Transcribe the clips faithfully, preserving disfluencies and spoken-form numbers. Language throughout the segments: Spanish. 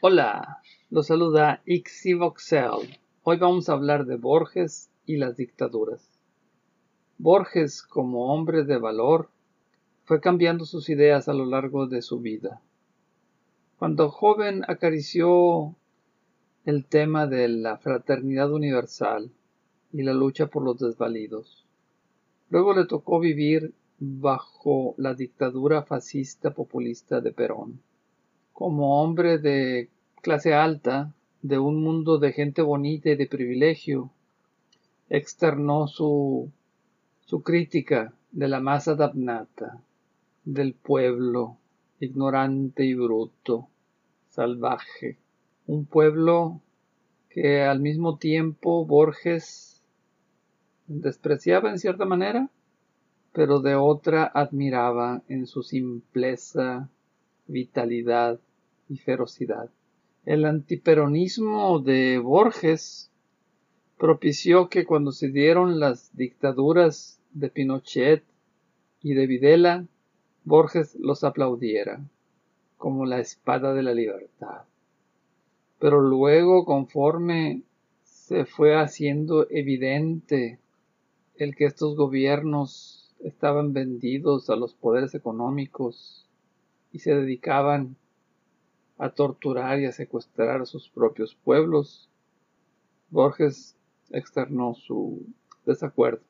Hola, los saluda Ixivoxel. Hoy vamos a hablar de Borges y las dictaduras. Borges, como hombre de valor, fue cambiando sus ideas a lo largo de su vida. Cuando joven acarició el tema de la fraternidad universal y la lucha por los desvalidos. Luego le tocó vivir bajo la dictadura fascista populista de Perón. Como hombre de clase alta, de un mundo de gente bonita y de privilegio, externó su, su crítica de la masa damnata, del pueblo ignorante y bruto, salvaje. Un pueblo que al mismo tiempo Borges despreciaba en cierta manera, pero de otra admiraba en su simpleza, vitalidad y ferocidad. El antiperonismo de Borges propició que cuando se dieron las dictaduras de Pinochet y de Videla, Borges los aplaudiera como la espada de la libertad. Pero luego, conforme se fue haciendo evidente el que estos gobiernos estaban vendidos a los poderes económicos y se dedicaban a torturar y a secuestrar a sus propios pueblos, Borges externó su desacuerdo.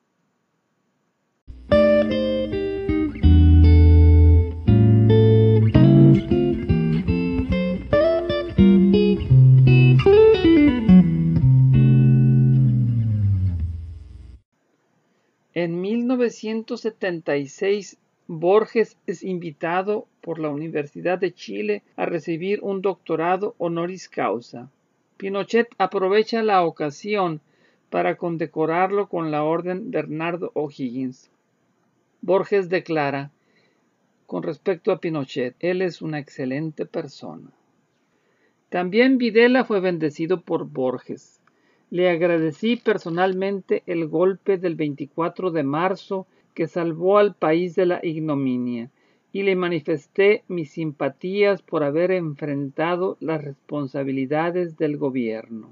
En mil novecientos setenta y seis, Borges es invitado por la Universidad de Chile a recibir un doctorado honoris causa. Pinochet aprovecha la ocasión para condecorarlo con la Orden Bernardo O'Higgins. Borges declara, con respecto a Pinochet, él es una excelente persona. También Videla fue bendecido por Borges. Le agradecí personalmente el golpe del veinticuatro de marzo que salvó al país de la ignominia y le manifesté mis simpatías por haber enfrentado las responsabilidades del gobierno.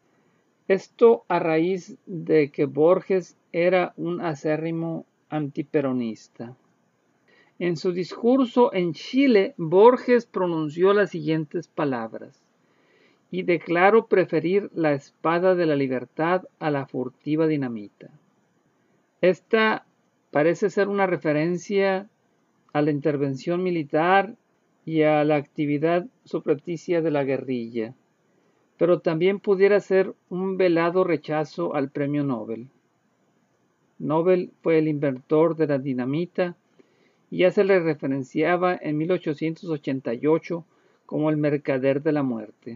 Esto a raíz de que Borges era un acérrimo antiperonista. En su discurso en Chile, Borges pronunció las siguientes palabras: y declaro preferir la espada de la libertad a la furtiva dinamita. Esta parece ser una referencia a la intervención militar y a la actividad subrepticia de la guerrilla, pero también pudiera ser un velado rechazo al premio Nobel. Nobel fue el inventor de la dinamita y ya se le referenciaba en mil ochocientos ochenta y ocho como el mercader de la muerte.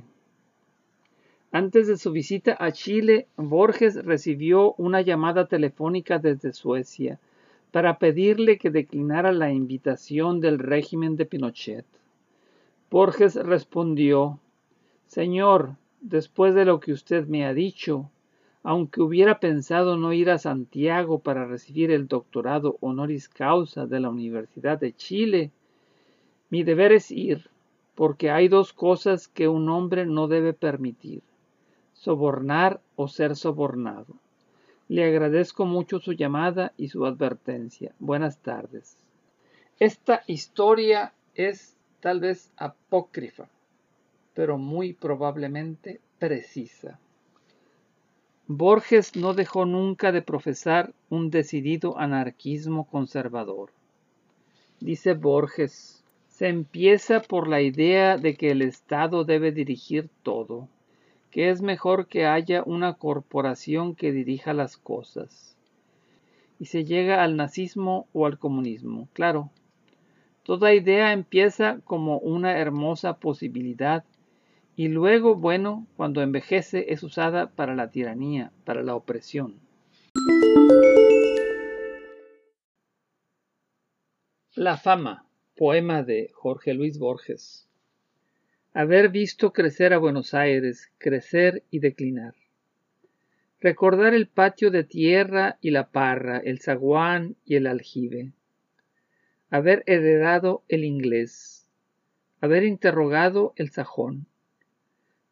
Antes de su visita a Chile, Borges recibió una llamada telefónica desde Suecia para pedirle que declinara la invitación del régimen de Pinochet. Borges respondió: «Señor, después de lo que usted me ha dicho, aunque hubiera pensado no ir a Santiago para recibir el doctorado honoris causa de la Universidad de Chile, mi deber es ir, porque hay dos cosas que un hombre no debe permitir: sobornar o ser sobornado. Le agradezco mucho su llamada y su advertencia. Buenas tardes». Esta historia es tal vez apócrifa, pero muy probablemente precisa. Borges no dejó nunca de profesar un decidido anarquismo conservador. Dice Borges, se empieza por la idea de que el Estado debe dirigir todo, que es mejor que haya una corporación que dirija las cosas. Y se llega al nazismo o al comunismo. Claro, toda idea empieza como una hermosa posibilidad y luego, bueno, cuando envejece es usada para la tiranía, para la opresión. La fama, poema de Jorge Luis Borges. Haber visto crecer a Buenos Aires, crecer y declinar. Recordar el patio de tierra y la parra, el zaguán y el aljibe. Haber heredado el inglés. Haber interrogado el sajón.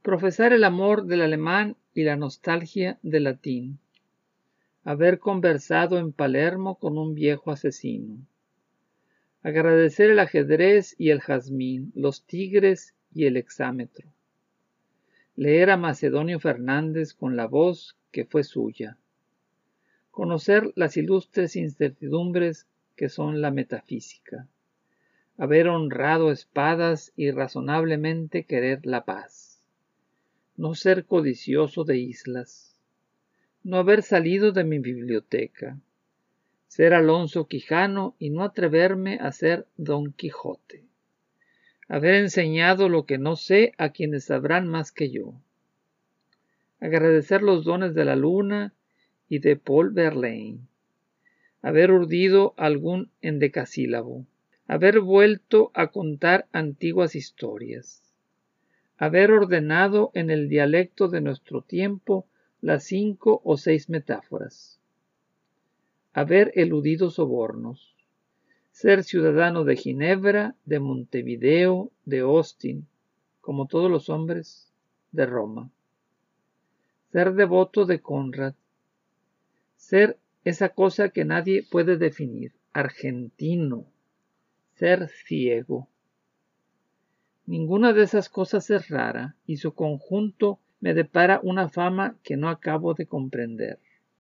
Profesar el amor del alemán y la nostalgia del latín. Haber conversado en Palermo con un viejo asesino. Agradecer el ajedrez y el jazmín, los tigres y el hexámetro. Leer a Macedonio Fernández con la voz que fue suya. Conocer las ilustres incertidumbres que son la metafísica. Haber honrado espadas y razonablemente querer la paz. No ser codicioso de islas. No haber salido de mi biblioteca. Ser Alonso Quijano y no atreverme a ser Don Quijote. Haber enseñado lo que no sé a quienes sabrán más que yo. Agradecer los dones de la luna y de Paul Verlaine. Haber urdido algún endecasílabo. Haber vuelto a contar antiguas historias. Haber ordenado en el dialecto de nuestro tiempo las cinco o seis metáforas. Haber eludido sobornos. Ser ciudadano de Ginebra, de Montevideo, de Austin, como todos los hombres, de Roma. Ser devoto de Conrad. Ser esa cosa que nadie puede definir, argentino. Ser ciego. Ninguna de esas cosas es rara, y su conjunto me depara una fama que no acabo de comprender.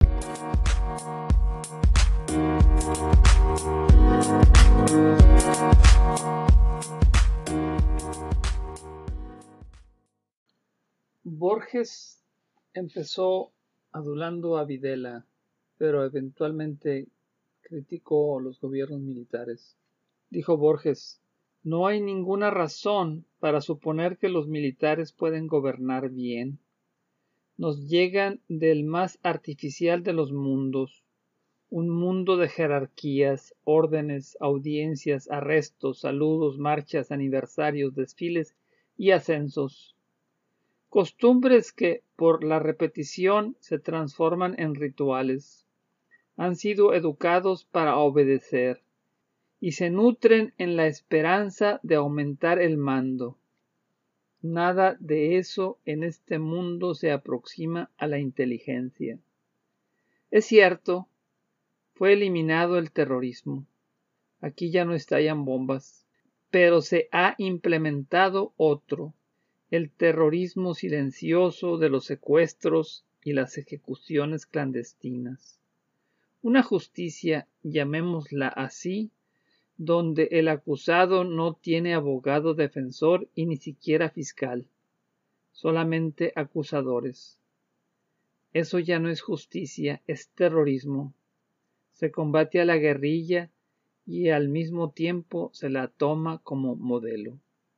Borges empezó adulando a Videla, pero eventualmente criticó los gobiernos militares. Dijo Borges: no hay ninguna razón para suponer que los militares pueden gobernar bien. Nos llegan del más artificial de los mundos, un mundo de jerarquías, órdenes, audiencias, arrestos, saludos, marchas, aniversarios, desfiles y ascensos. Costumbres que, por la repetición, se transforman en rituales. Han sido educados para obedecer y se nutren en la esperanza de aumentar el mando. Nada de eso en este mundo se aproxima a la inteligencia. Es cierto, fue eliminado el terrorismo. Aquí ya no estallan bombas, pero se ha implementado otro, el terrorismo silencioso de los secuestros y las ejecuciones clandestinas. Una justicia, llamémosla así, donde el acusado no tiene abogado defensor y ni siquiera fiscal, solamente acusadores. Eso ya no es justicia, es terrorismo. Se combate a la guerrilla y al mismo tiempo se la toma como modelo.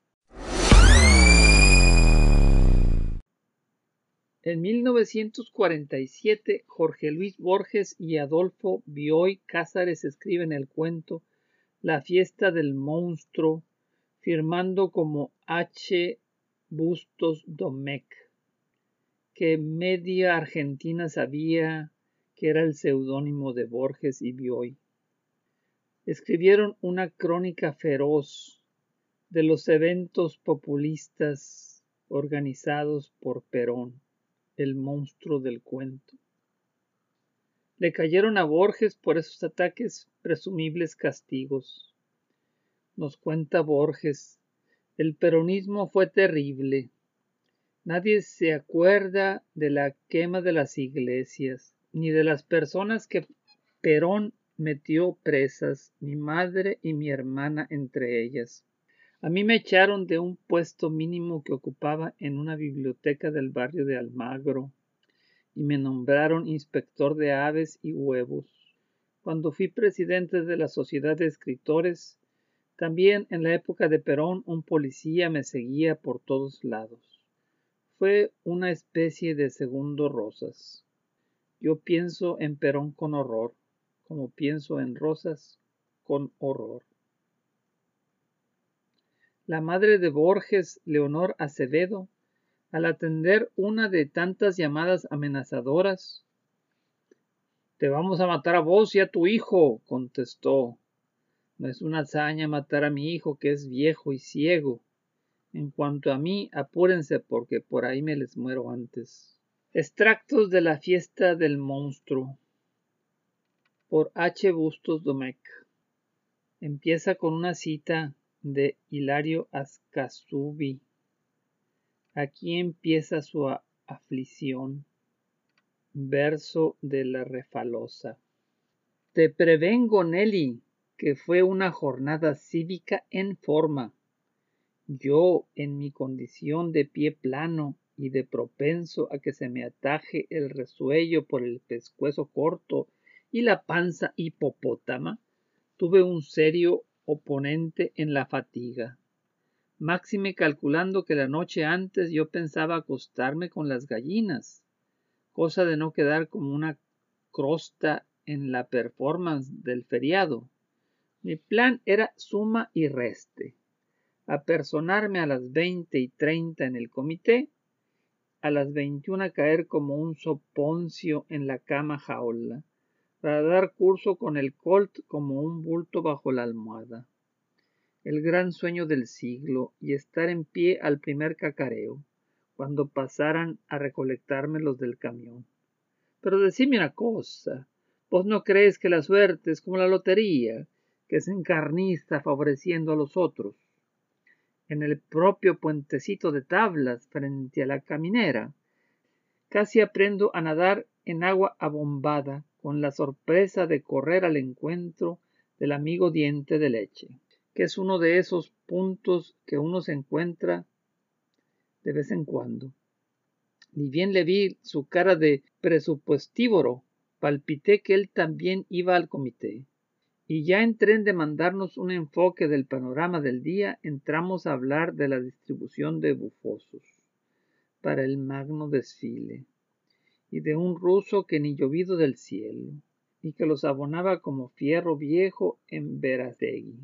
En mil novecientos cuarenta y siete, Jorge Luis Borges y Adolfo Bioy Cázares escriben el cuento La fiesta del monstruo, firmando como H. Bustos Domecq, que media Argentina sabía que era el seudónimo de Borges y Bioy. Escribieron una crónica feroz de los eventos populistas organizados por Perón, el monstruo del cuento. Le cayeron a Borges por esos ataques presumibles castigos. Nos cuenta Borges, el peronismo fue terrible. Nadie se acuerda de la quema de las iglesias, ni de las personas que Perón metió presas, mi madre y mi hermana entre ellas. A mí me echaron de un puesto mínimo que ocupaba en una biblioteca del barrio de Almagro y me nombraron inspector de aves y huevos. Cuando fui presidente de la Sociedad de Escritores, también en la época de Perón un policía me seguía por todos lados. Fue una especie de segundo Rosas. Yo pienso en Perón con horror, como pienso en Rosas con horror. La madre de Borges, Leonor Acevedo, al atender una de tantas llamadas amenazadoras, «Te vamos a matar a vos y a tu hijo», contestó. «No es una hazaña matar a mi hijo, que es viejo y ciego. En cuanto a mí, apúrense porque por ahí me les muero antes. Extractos de la fiesta del monstruo por H. Bustos Domecq. Empieza con una cita de Hilario Ascasubi. Aquí empieza su aflicción. Verso de la Refalosa. Te prevengo, Nelly, que fue una jornada cívica en forma. Yo, en mi condición de pie plano y de propenso a que se me ataje el resuello por el pescuezo corto y la panza hipopótama, tuve un serio oponente en la fatiga. Máxime calculando que la noche antes yo pensaba acostarme con las gallinas, cosa de no quedar como una crosta en la performance del feriado. Mi plan era suma y reste. Apersonarme a las veinte y treinta en el comité, a las veintiuna caer como un soponcio en la cama jaula, para dar curso con el colt como un bulto bajo la almohada. El gran sueño del siglo, y estar en pie al primer cacareo, cuando pasaran a recolectarme los del camión. Pero decime una cosa, ¿vos no crees que la suerte es como la lotería, que se encarniza favoreciendo a los otros? En el propio puentecito de tablas frente a la caminera, casi aprendo a nadar en agua abombada, con la sorpresa de correr al encuentro del amigo diente de leche, que es uno de esos puntos que uno se encuentra de vez en cuando. Ni bien le vi su cara de presupuestívoro, palpité que él también iba al comité. Y ya en tren de mandarnos un enfoque del panorama del día, entramos a hablar de la distribución de bufosos para el magno desfile, y de un ruso que ni llovido del cielo, y que los abonaba como fierro viejo en Verástegui.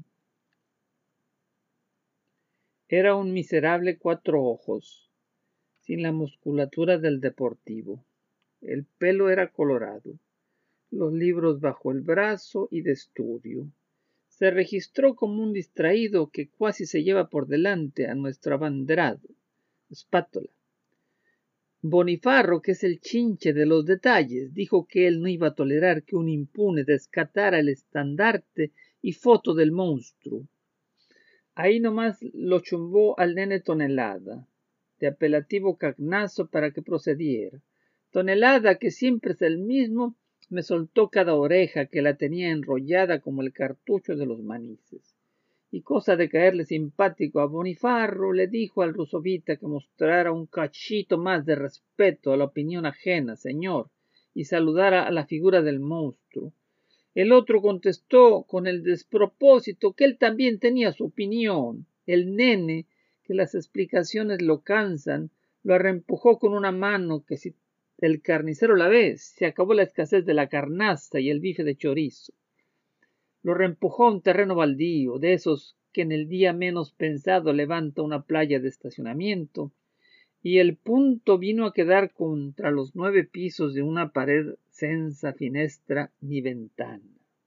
Era un miserable cuatro ojos, sin la musculatura del deportivo. El pelo era colorado, los libros bajo el brazo y de estudio. Se registró como un distraído que casi se lleva por delante a nuestro abanderado, Spátola. Bonifarro, que es el chinche de los detalles, dijo que él no iba a tolerar que un impune descatara el estandarte y foto del monstruo. Ahí nomás lo chumbó al nene Tonelada, de apelativo cagnazo para que procediera. Tonelada, que siempre es el mismo, me soltó cada oreja que la tenía enrollada como el cartucho de los manises. Y cosa de caerle simpático a Bonifarro, le dijo al rusovita que mostrara un cachito más de respeto a la opinión ajena, señor, y saludara a la figura del monstruo. El otro contestó con el despropósito que él también tenía su opinión. El nene, que las explicaciones lo cansan, lo arrempujó con una mano que si el carnicero la ve, se acabó la escasez de la carnaza y el bife de chorizo. Lo reempujó a un terreno baldío, de esos que en el día menos pensado levanta una playa de estacionamiento, y el punto vino a quedar contra los nueve pisos de una pared senza finestra ni ventana.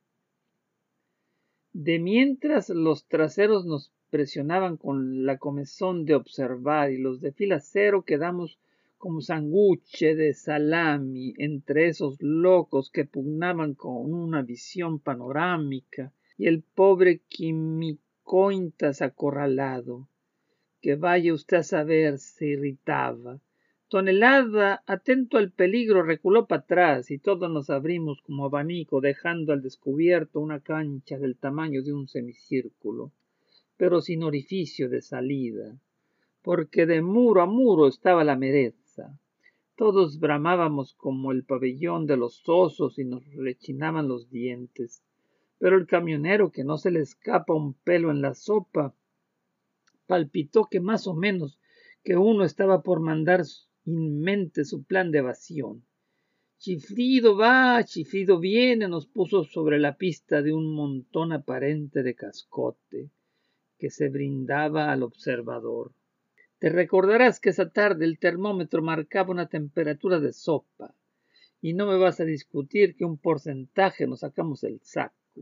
De mientras los traseros nos presionaban con la comezón de observar y los de fila cero quedamos como sanguche de salami entre esos locos que pugnaban con una visión panorámica y el pobre Quimicointas acorralado, que vaya usted a saber, se irritaba. Tonelada, atento al peligro, reculó para atrás y todos nos abrimos como abanico, dejando al descubierto una cancha del tamaño de un semicírculo, pero sin orificio de salida, porque de muro a muro estaba la mereza. Todos bramábamos como el pabellón de los osos y nos rechinaban los dientes, pero el camionero, que no se le escapa un pelo en la sopa, palpitó que más o menos que uno estaba por mandar in mente su plan de evasión. Chiflido va, chiflido viene, nos puso sobre la pista de un montón aparente de cascote que se brindaba al observador. Te recordarás que esa tarde el termómetro marcaba una temperatura de sopa, y no me vas a discutir que un porcentaje nos sacamos el saco.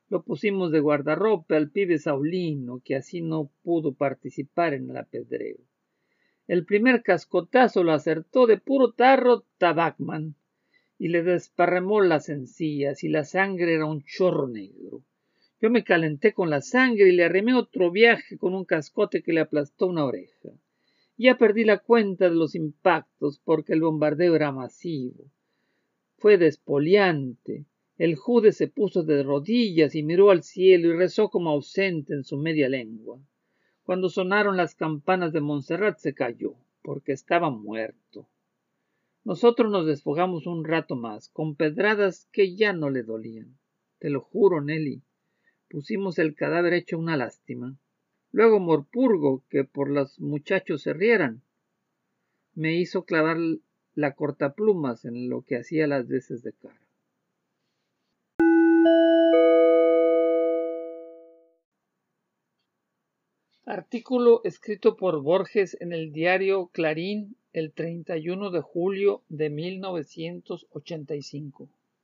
Lo pusimos de guardarropa al pibe Saulino, que así no pudo participar en el apedreo. El primer cascotazo lo acertó de puro tarro Tabacman y le desparramó las encías y la sangre era un chorro negro. Yo me calenté con la sangre y le arrimé otro viaje con un cascote que le aplastó una oreja. Ya perdí la cuenta de los impactos porque el bombardeo era masivo. Fue despoliante. El jude se puso de rodillas y miró al cielo y rezó como ausente en su media lengua. Cuando sonaron las campanas de Montserrat se cayó, porque estaba muerto. Nosotros nos desfogamos un rato más, con pedradas que ya no le dolían. Te lo juro, Nelly, pusimos el cadáver hecho una lástima. Luego Morpurgo, que por los muchachos se rieran, me hizo clavar la cortaplumas en lo que hacía las veces de cara. Artículo escrito por Borges en el diario Clarín el treinta y uno de julio de mil novecientos ochenta y cinco.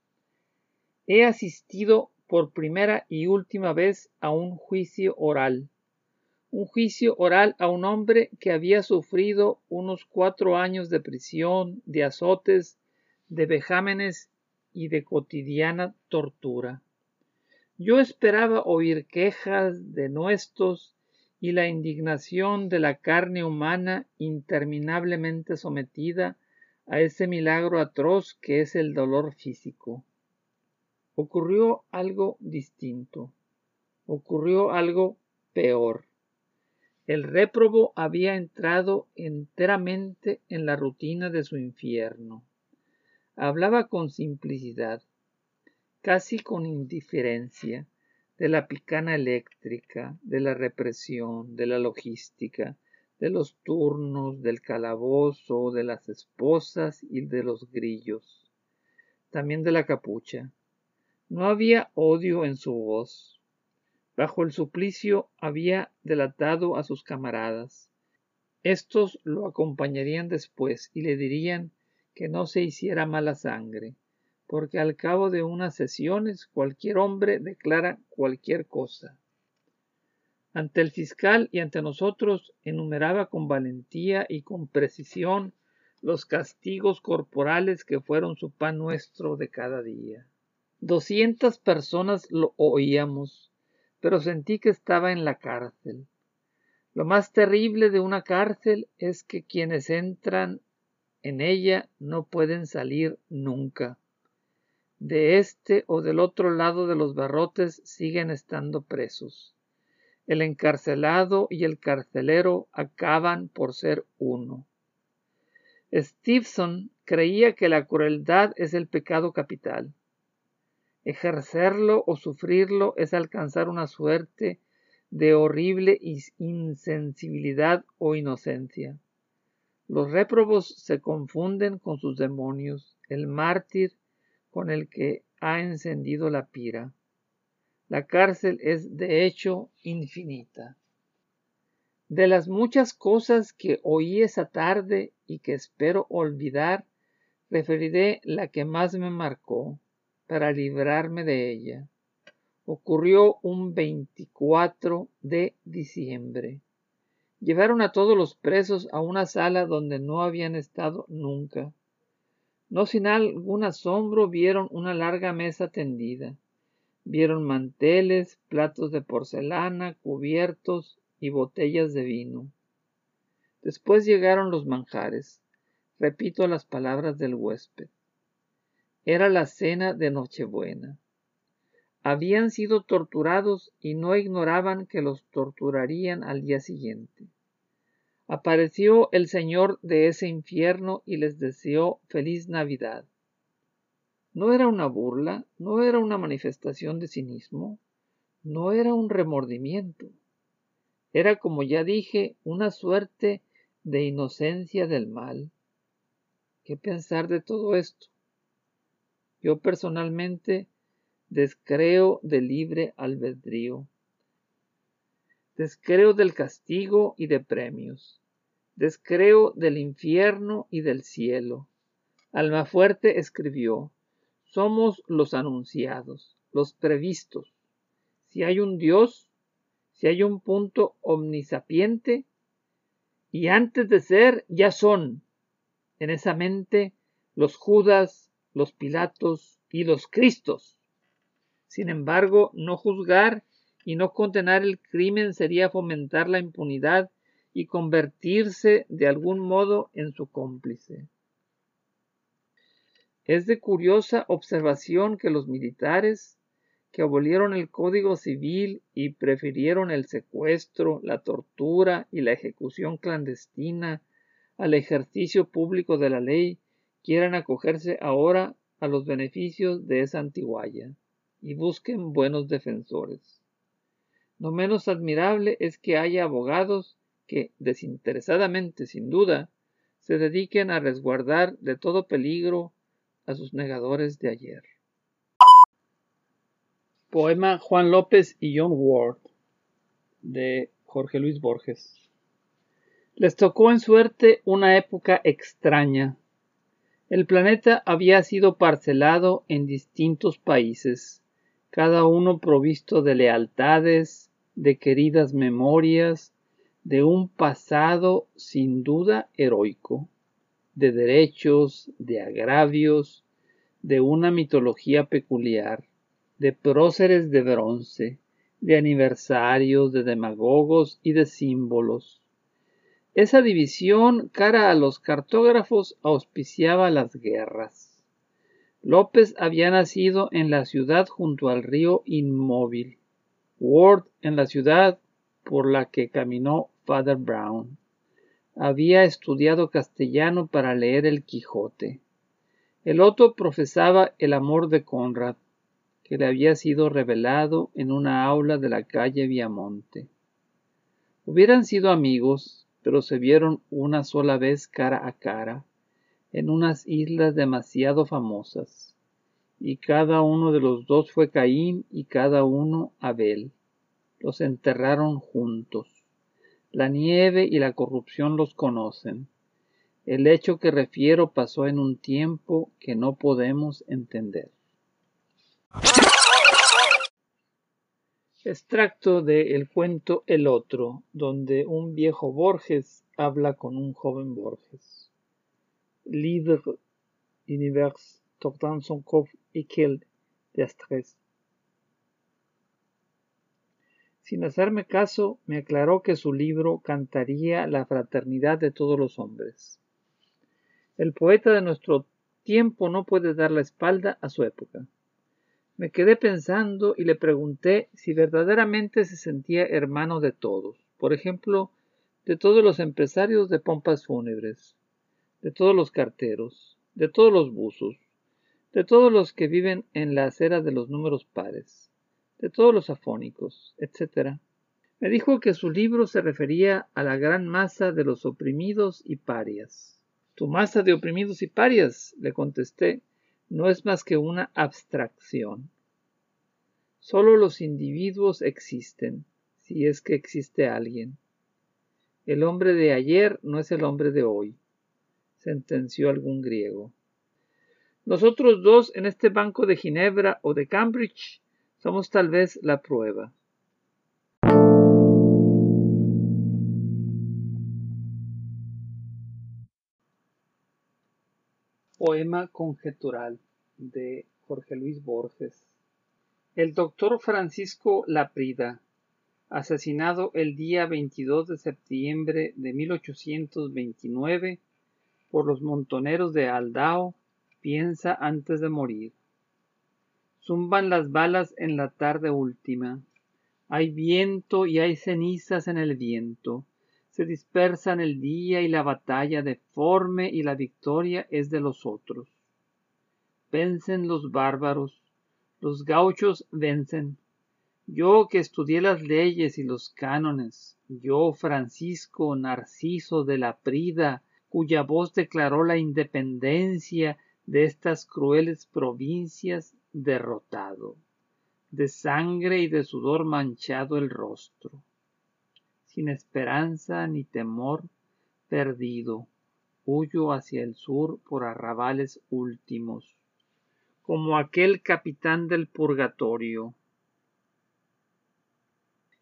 He asistido por primera y última vez a un juicio oral. Un juicio oral a un hombre que había sufrido unos cuatro años de prisión, de azotes, de vejámenes y de cotidiana tortura. Yo esperaba oír quejas, denuestos y la indignación de la carne humana interminablemente sometida a ese milagro atroz que es el dolor físico. Ocurrió algo distinto, ocurrió algo peor. El réprobo había entrado enteramente en la rutina de su infierno. Hablaba con simplicidad, casi con indiferencia, de la picana eléctrica, de la represión, de la logística, de los turnos, del calabozo, de las esposas y de los grillos, también de la capucha. No había odio en su voz. Bajo el suplicio había delatado a sus camaradas. Estos lo acompañarían después y le dirían que no se hiciera mala sangre, porque al cabo de unas sesiones cualquier hombre declara cualquier cosa. Ante el fiscal y ante nosotros enumeraba con valentía y con precisión los castigos corporales que fueron su pan nuestro de cada día. Doscientas personas lo oíamos, pero sentí que estaba en la cárcel. Lo más terrible de una cárcel es que quienes entran en ella no pueden salir nunca. De este o del otro lado de los barrotes siguen estando presos. El encarcelado y el carcelero acaban por ser uno. Stevenson creía que la crueldad es el pecado capital. Ejercerlo o sufrirlo es alcanzar una suerte de horrible insensibilidad o inocencia. Los réprobos se confunden con sus demonios, el mártir con el que ha encendido la pira. La cárcel es de hecho infinita. De las muchas cosas que oí esa tarde y que espero olvidar, referiré la que más me marcó, para librarme de ella. Ocurrió un veinticuatro de diciembre. Llevaron a todos los presos a una sala donde no habían estado nunca. No sin algún asombro vieron una larga mesa tendida. Vieron manteles, platos de porcelana, cubiertos y botellas de vino. Después llegaron los manjares. Repito las palabras del huésped. Era la cena de Nochebuena. Habían sido torturados y no ignoraban que los torturarían al día siguiente. Apareció el señor de ese infierno y les deseó feliz Navidad. No era una burla, no era una manifestación de cinismo, no era un remordimiento. Era, como ya dije, una suerte de inocencia del mal. ¿Qué pensar de todo esto? Yo personalmente descreo del libre albedrío. Descreo del castigo y de premios. Descreo del infierno y del cielo. Almafuerte escribió: somos los anunciados, los previstos. si hay un Dios, si hay un punto omnisapiente, y antes de ser ya son en esa mente los Judas, los Pilatos y los Cristos. Sin embargo, no juzgar y no condenar el crimen sería fomentar la impunidad y convertirse de algún modo en su cómplice. Es de curiosa observación que los militares, que abolieron el Código Civil y prefirieron el secuestro, la tortura y la ejecución clandestina al ejercicio público de la ley, quieran acogerse ahora a los beneficios de esa antigualla y busquen buenos defensores. No menos admirable es que haya abogados que, desinteresadamente sin duda, se dediquen a resguardar de todo peligro a sus negadores de ayer. Poema Juan López y John Ward, de Jorge Luis Borges. Les tocó en suerte una época extraña. El planeta había sido parcelado en distintos países, cada uno provisto de lealtades, de queridas memorias, de un pasado sin duda heroico, de derechos, de agravios, de una mitología peculiar, de próceres de bronce, de aniversarios, de demagogos y de símbolos. Esa división, cara a los cartógrafos, auspiciaba las guerras. López había nacido en la ciudad junto al río inmóvil, Ward en la ciudad por la que caminó Father Brown. Había estudiado castellano para leer el Quijote. El otro profesaba el amor de Conrad, que le había sido revelado en una aula de la calle Viamonte. Hubieran sido amigos, pero se vieron una sola vez cara a cara, en unas islas demasiado famosas, y cada uno de los dos fue Caín y cada uno Abel. Los enterraron juntos. La nieve y la corrupción los conocen. El hecho que refiero pasó en un tiempo que no podemos entender. Extracto de el cuento El Otro, donde un viejo Borges habla con un joven Borges. Libre univers tordant son coffre et quel destresse. Sin hacerme caso, me aclaró que su libro cantaría la fraternidad de todos los hombres. El poeta de nuestro tiempo no puede dar la espalda a su época. Me quedé pensando y le pregunté si verdaderamente se sentía hermano de todos, por ejemplo, de todos los empresarios de pompas fúnebres, de todos los carteros, de todos los buzos, de todos los que viven en la acera de los números pares, de todos los afónicos, etcétera. Me dijo que su libro se refería a la gran masa de los oprimidos y parias. Tu masa de oprimidos y parias, le contesté, no es más que una abstracción. Solo los individuos existen, si es que existe alguien. El hombre de ayer no es el hombre de hoy, sentenció algún griego. Nosotros dos en este banco de Ginebra o de Cambridge somos tal vez la prueba. Poema conjetural de Jorge Luis Borges. El doctor Francisco Laprida, asesinado el día veintidós de septiembre de mil ochocientos veintinueve por los montoneros de Aldao, piensa antes de morir. Zumban las balas en la tarde última. Hay viento y hay cenizas en el viento. Se dispersan el día y la batalla deforme y la victoria es de los otros. Vencen los bárbaros, los gauchos vencen. Yo que estudié las leyes y los cánones, yo Francisco Narciso de Laprida, cuya voz declaró la independencia de estas crueles provincias, derrotado, de sangre y de sudor manchado el rostro, sin esperanza ni temor, perdido, huyo hacia el sur por arrabales últimos, como aquel capitán del purgatorio.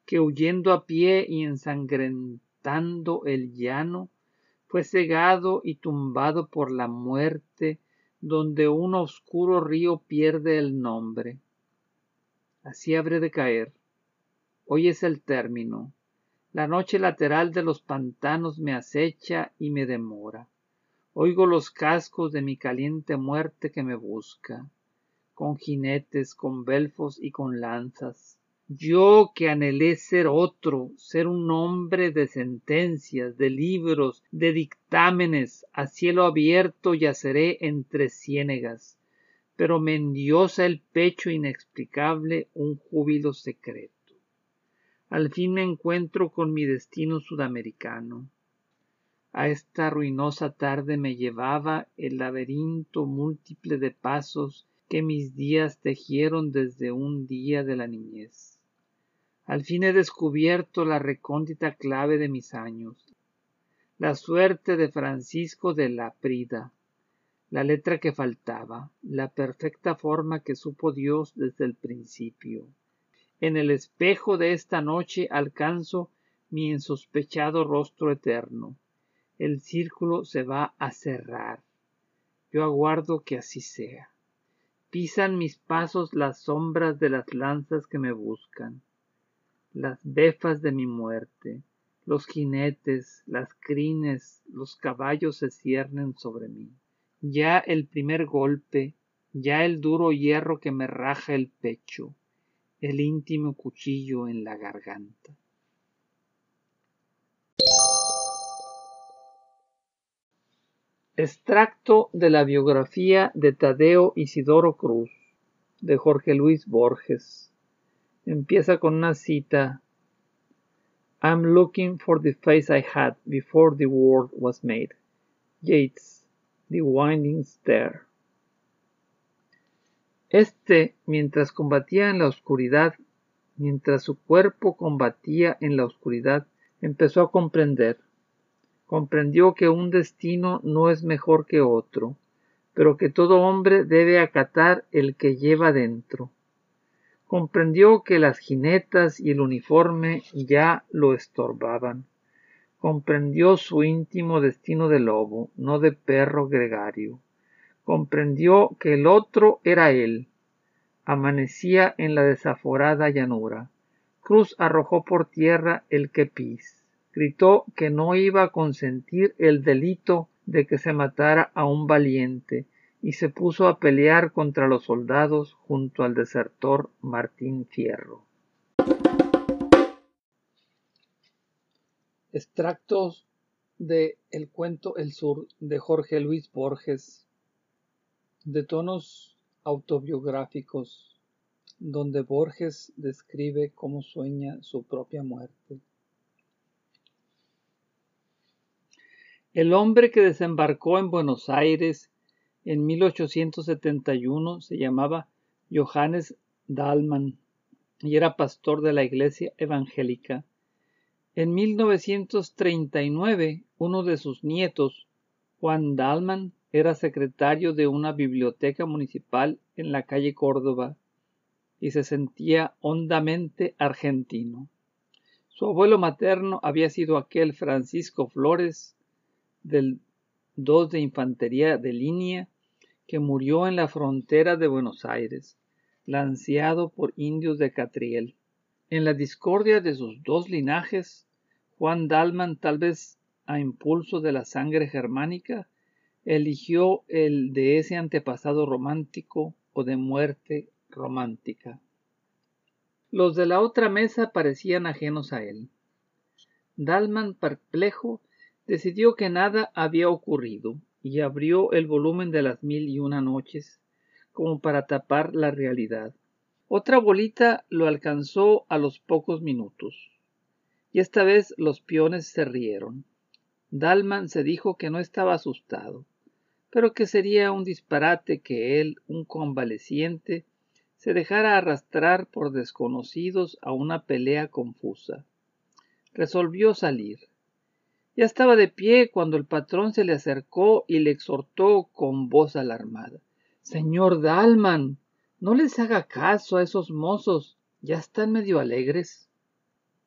que huyendo a pie y ensangrentando el llano, fue cegado y tumbado por la muerte, donde un oscuro río pierde el nombre. Así habré de caer. Hoy es el término. La noche lateral de los pantanos me acecha y me demora. Oigo los cascos de mi caliente muerte que me busca, con jinetes, con belfos y con lanzas. Yo que anhelé ser otro, ser un hombre de sentencias, de libros, de dictámenes, a cielo abierto yaceré entre ciénegas, pero me endiosa el pecho inexplicable un júbilo secreto. Al fin me encuentro con mi destino sudamericano. A esta ruinosa tarde me llevaba el laberinto múltiple de pasos que mis días tejieron desde un día de la niñez. Al fin he descubierto la recóndita clave de mis años, la suerte de Francisco de Laprida, la letra que faltaba, la perfecta forma que supo Dios desde el principio. En el espejo de esta noche alcanzo mi insospechado rostro eterno. El círculo se va a cerrar. Yo aguardo que así sea. Pisan mis pasos las sombras de las lanzas que me buscan, las befas de mi muerte, los jinetes, las crines, los caballos se ciernen sobre mí. Ya el primer golpe, ya el duro hierro que me raja el pecho, el íntimo cuchillo en la garganta. Extracto de la biografía de Tadeo Isidoro Cruz, de Jorge Luis Borges. Empieza con una cita. I'm looking for the face I had before the world was made. Yeats, The Winding Stair. Este, mientras combatía en la oscuridad, mientras su cuerpo combatía en la oscuridad, empezó a comprender. Comprendió que un destino no es mejor que otro, pero que todo hombre debe acatar el que lleva dentro. Comprendió que las jinetas y el uniforme ya lo estorbaban. Comprendió su íntimo destino de lobo, no de perro gregario. Comprendió que el otro era él. Amanecía en la desaforada llanura. Cruz arrojó por tierra el kepis. Gritó que no iba a consentir el delito de que se matara a un valiente y se puso a pelear contra los soldados junto al desertor Martín Fierro. Extractos de El cuento El Sur de Jorge Luis Borges, de tonos autobiográficos, donde Borges describe cómo sueña su propia muerte. El hombre que desembarcó en Buenos Aires en mil ochocientos setenta y uno se llamaba Johannes Dahlmann y era pastor de la iglesia evangélica. En mil novecientos treinta y nueve, uno de sus nietos, Juan Dahlmann, era secretario de una biblioteca municipal en la calle Córdoba y se sentía hondamente argentino. Su abuelo materno había sido aquel Francisco Flores, del dos de Infantería de Línea, que murió en la frontera de Buenos Aires, lanceado por indios de Catriel. En la discordia de sus dos linajes, Juan Dahlmann, tal vez a impulso de la sangre germánica, eligió el de ese antepasado romántico o de muerte romántica. Los de la otra mesa parecían ajenos a él. Dahlmann, perplejo, decidió que nada había ocurrido y abrió el volumen de las mil y una noches como para tapar la realidad. Otra bolita lo alcanzó a los pocos minutos y esta vez los peones se rieron. Dahlmann se dijo que no estaba asustado, pero que sería un disparate que él, un convaleciente, se dejara arrastrar por desconocidos a una pelea confusa. Resolvió salir. Ya estaba de pie cuando el patrón se le acercó y le exhortó con voz alarmada. «Señor Dahlmann, no les haga caso a esos mozos, ya están medio alegres».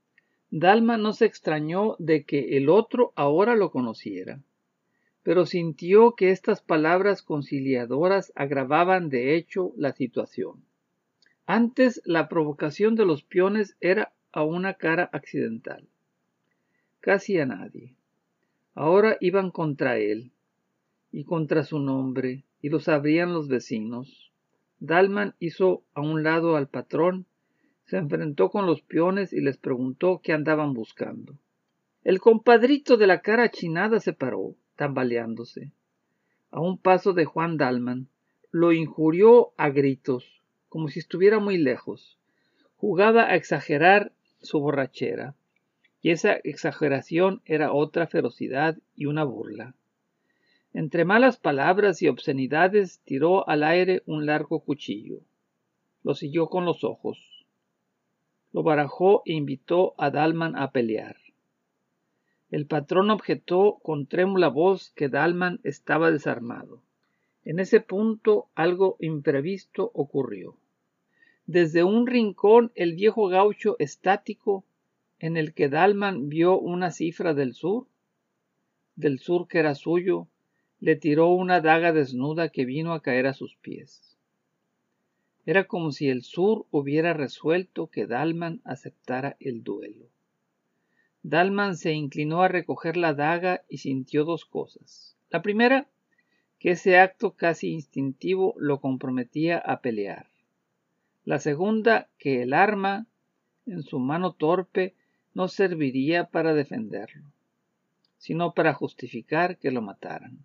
Dalman no se extrañó de que el otro ahora lo conociera, pero sintió que estas palabras conciliadoras agravaban de hecho la situación. Antes la provocación de los peones era a una cara accidental, casi a nadie. Ahora iban contra él, y contra su nombre, y lo sabrían los vecinos. Dalman hizo a un lado al patrón, se enfrentó con los peones y les preguntó qué andaban buscando. El compadrito de la cara achinada se paró, tambaleándose, a un paso de Juan Dalman. Lo injurió a gritos, como si estuviera muy lejos. Jugaba a exagerar su borrachera, y esa exageración era otra ferocidad y una burla. Entre malas palabras y obscenidades tiró al aire un largo cuchillo. Lo siguió con los ojos. Lo barajó e invitó a Dalman a pelear. El patrón objetó con trémula voz que Dalman estaba desarmado. En ese punto algo imprevisto ocurrió. Desde un rincón el viejo gaucho estático, en el que Dalman vio una cifra del sur, del sur que era suyo, le tiró una daga desnuda que vino a caer a sus pies. Era como si el sur hubiera resuelto que Dalman aceptara el duelo. Dalman se inclinó a recoger la daga y sintió dos cosas. La primera, que ese acto casi instintivo lo comprometía a pelear. La segunda, que el arma, en su mano torpe, no serviría para defenderlo, sino para justificar que lo mataran.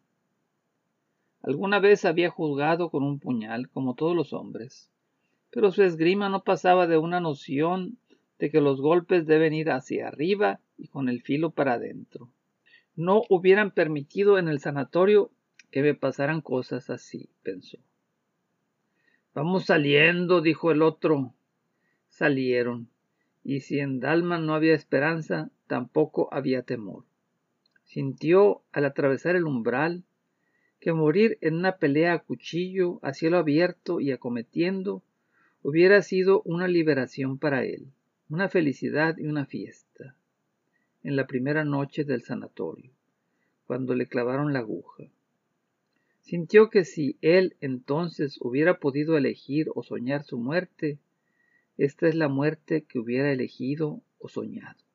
Alguna vez había juzgado con un puñal, como todos los hombres, pero su esgrima no pasaba de una noción de que los golpes deben ir hacia arriba y con el filo para adentro. No hubieran permitido en el sanatorio que me pasaran cosas así, pensó. Vamos saliendo, dijo el otro. Salieron, y si en Dalman no había esperanza, tampoco había temor. Sintió, al atravesar el umbral, que morir en una pelea a cuchillo, a cielo abierto y acometiendo, hubiera sido una liberación para él, una felicidad y una fiesta, en la primera noche del sanatorio, cuando le clavaron la aguja. Sintió que si él entonces hubiera podido elegir o soñar su muerte, esta es la muerte que hubiera elegido o soñado.